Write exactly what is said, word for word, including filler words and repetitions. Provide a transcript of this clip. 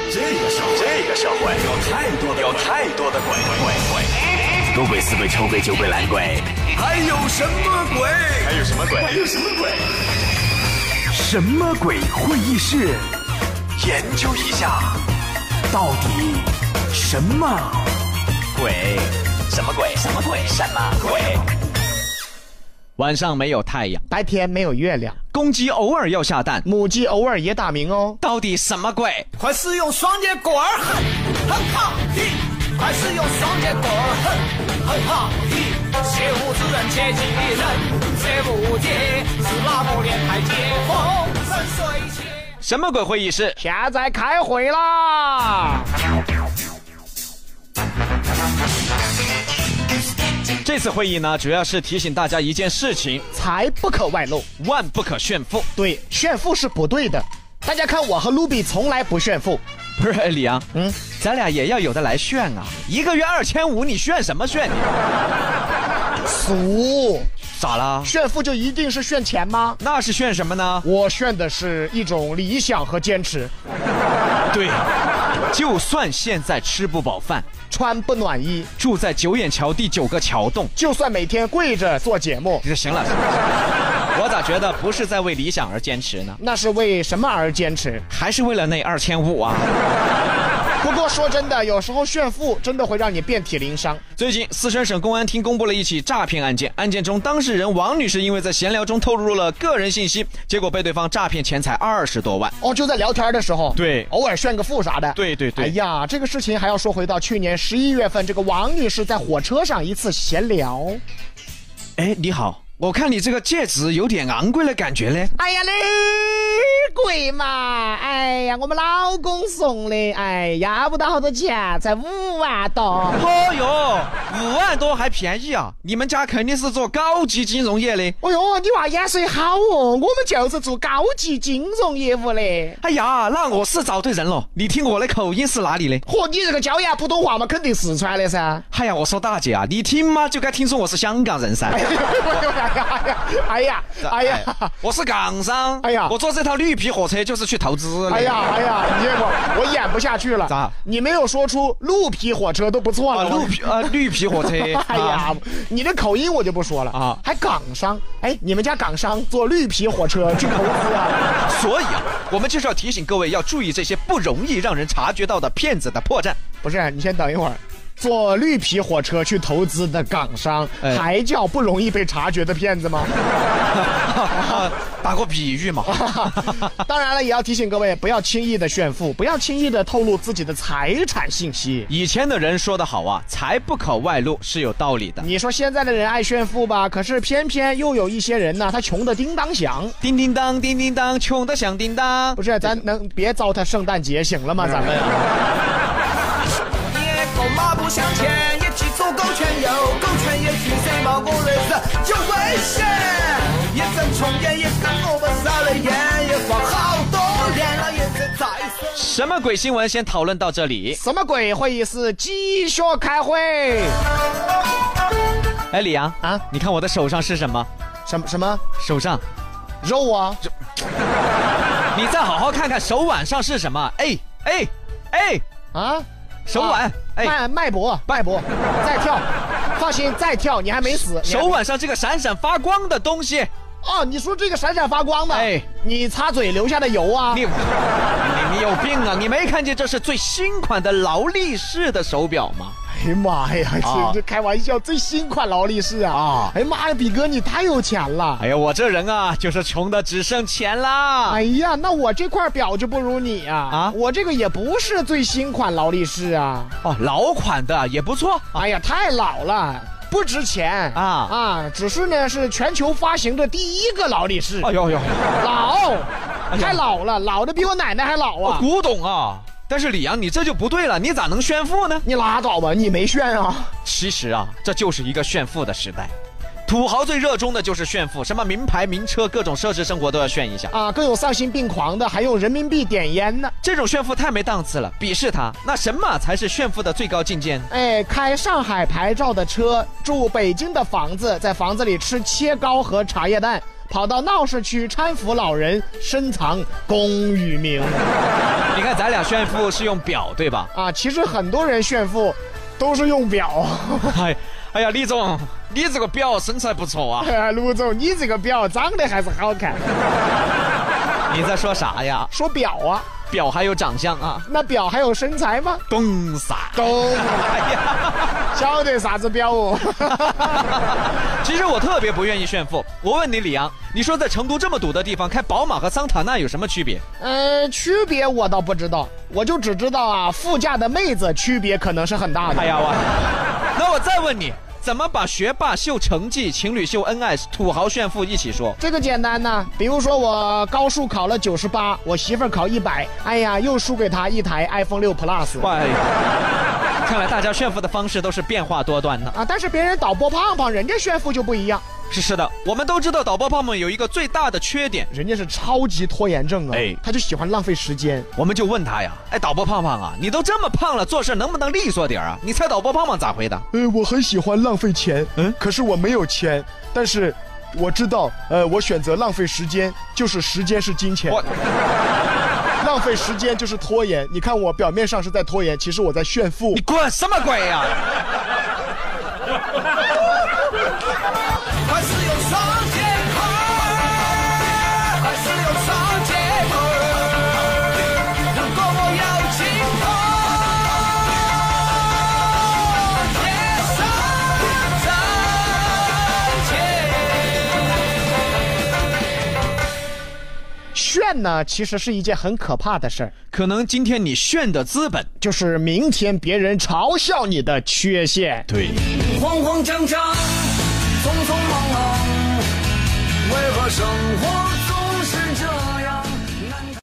这个社会，这个社会有太多的有太多的鬼鬼鬼，多鬼死鬼丑鬼酒鬼懒鬼，还有什么鬼？还有什么鬼？还有什么鬼？什么鬼会议室？研究一下，到底什么鬼？什么鬼？什么鬼？什么鬼？ 晚上没有太阳， 白天没有月亮， 公鸡偶尔要下蛋， 母鸡偶尔也打鸣哦。 到底什么鬼？ 快使用双节棍儿，哼哼哈嘿！快使用双节棍儿，哼哼哈嘿！切勿自人切忌人，切勿解是哪部电台解风生水切。 什么鬼会议室？ 现在开会啦！ 这次会议呢，主要是提醒大家一件事情： 财不可外露， 万不可炫富。 对，炫富是不对的。大家看我和卢比从来不炫富。 不是李阳， 嗯， 咱俩也要有的来炫啊！一个月二千五，你炫什么炫？ 俗。 咋了？ 炫富就一定是炫钱吗？ 那是炫什么呢？ 我炫的是一种理想和坚持。 对，就算现在吃不饱饭， 穿不暖衣， 住在九眼桥第九个桥洞， 就算每天跪着做节目， 行了，行了，我咋觉得不是在为理想而坚持呢？ 那是为什么而坚持？ 还是为了那二千五啊？ 不过说真的，有时候炫富真的会让你遍体鳞伤。 最近四川省公安厅公布了一起诈骗案件，案件中当事人王女士因为在闲聊中透露了个人信息，结果被对方诈骗钱财二十多万。 哦，就在聊天的时候， 对， 偶尔炫个富啥的。 对对对。 哎呀，这个事情还要说回到去年十一月份，这个王女士在火车上一次闲聊。 哎，你好，我看你这个戒指有点昂贵的感觉嘞。 哎呀嘞，贵嘛！哎呀，我们老公送的，哎，要不到好多钱，才五万多。 哦哟，五万多还便宜啊！你们家肯定是做高级金融业的。 哦哟，你娃眼水好哦，我们就是做高级金融业务的。 哎呀，那我是找对人了。你听我的口音是哪里的？ 嚯，你这个椒盐普通话嘛，肯定四川的噻。 哎呀，我说大姐啊，你听嘛就该听说我是香港人噻。 哎呀，哎呀，哎呀， 我是港商。 哎呀， 我坐这套绿皮火车就是去投资。 哎呀哎呀，你我我演不下去了。 咋？ 你没有说出鹿皮火车都不错了。 啊、鹿皮呃绿皮火车。 哎呀，你的口音我就不说了啊。还港商？哎，你们家港商坐绿皮火车去投资啊？ 所以啊，我们就是要提醒各位要注意这些不容易让人察觉到的骗子的破绽。 不是，你先等一会儿。坐绿皮火车去投资的港商，哎、还叫不容易被察觉的骗子吗？ 打过比喻嘛。 当然了，也要提醒各位，不要轻易的炫富，不要轻易的透露自己的财产信息。 以前的人说得好啊，财不可外露是有道理的。 你说现在的人爱炫富吧，可是偏偏又有一些人呢，他穷的叮当响， 叮叮当，叮叮当，穷的响叮当。 不是，咱能别糟蹋圣诞节行了吗？咱们。 马不向前，也记住狗圈有狗圈也提升毛工人士就危险，也真冲也也跟我们少了烟，也放好多年了，也真再生。 什么鬼新闻？先讨论到这里。 什么鬼会议室继续开会？ 哎，李阳啊，你看我的手上是什么？ 什么什么？ 手上肉啊！ 你再好好看看手腕上是什么？哎哎哎啊！ 手腕， 啊、哎，脉脉搏，脉搏，再跳，放心，再跳，你还没死。 手腕上这个闪闪发光的东西， 哦，你说这个闪闪发光的， 哎， 你擦嘴留下的油啊？ 你你你有病啊！你没看见这是最新款的劳力士的手表吗？ 哎呀妈呀， 啊、 这开玩笑，最新款劳力士啊！啊，哎呀妈呀，比哥你太有钱了！ 哎呀，我这人啊，就是穷的只剩钱啦！ 哎呀，那我这块表就不如你啊！啊，我这个也不是最新款劳力士啊！ 哦，老款的也不错。 哎呀，太老了。不值钱啊啊！只是呢，是全球发行的第一个劳力士。 哎呦呦， 老，太老了，老的比我奶奶还老啊！ 古董啊！但是李阳，你这就不对了，你咋能炫富呢？ 你拉倒吧，你没炫啊！ 其实啊，这就是一个炫富的时代。土豪最热衷的就是炫富，什么名牌名车各种奢侈生活都要炫一下啊！更有丧心病狂的还用人民币点烟呢， 这种炫富太没档次了，鄙视他。那什么才是炫富的最高境界呢？ 哎，开上海牌照的车，住北京的房子，在房子里吃切糕和茶叶蛋，跑到闹市区搀扶老人，深藏功与名。 你看咱俩炫富是用表对吧？ 啊，其实很多人炫富都是用表。 哎，哎呀，李总，你这个表身材不错啊。 哎，卢总，你这个表长得还是好看。 你在说啥呀？ 说表啊。 表还有长相啊？ 那表还有身材吗？ 懂啥？ 懂。哎呀，晓得啥子表哦？ 其实我特别不愿意炫富。我问你，李阳，你说在成都这么堵的地方开宝马和桑塔纳有什么区别？ 呃，区别我倒不知道，我就只知道啊，副驾的妹子区别可能是很大的。 哎呀，我，那我再问你。怎么把学霸秀成绩、情侣秀恩爱、土豪炫富一起说？ 这个简单呢，比如说我高数考了九十八，我媳妇儿考一百，哎呀，又输给她一台 iPhone 六 Plus。 哎呀，看来大家炫富的方式都是变化多端的啊！但是别人导播胖胖，人家炫富就不一样。 是是的，我们都知道导播胖胖有一个最大的缺点， 人家是超级拖延症啊！ 哎， 他就喜欢浪费时间。 我们就问他呀，哎，导播胖胖啊，你都这么胖了，做事能不能利索点啊？你猜导播胖胖咋回答？ 呃，我很喜欢浪费钱，嗯，可是我没有钱，但是我知道，呃，我选择浪费时间，就是时间是金钱。我浪费时间就是拖延。你看我表面上是在拖延，其实我在炫富。 你滚什么鬼呀、啊？ 快是有双节棍，快是有双节棍。如果我要进攻，也上战前。 炫呢，其实是一件很可怕的事儿。 可能今天你炫的资本， 就是明天别人嘲笑你的缺陷。 对， 慌慌张张，匆匆忙忙，为何生活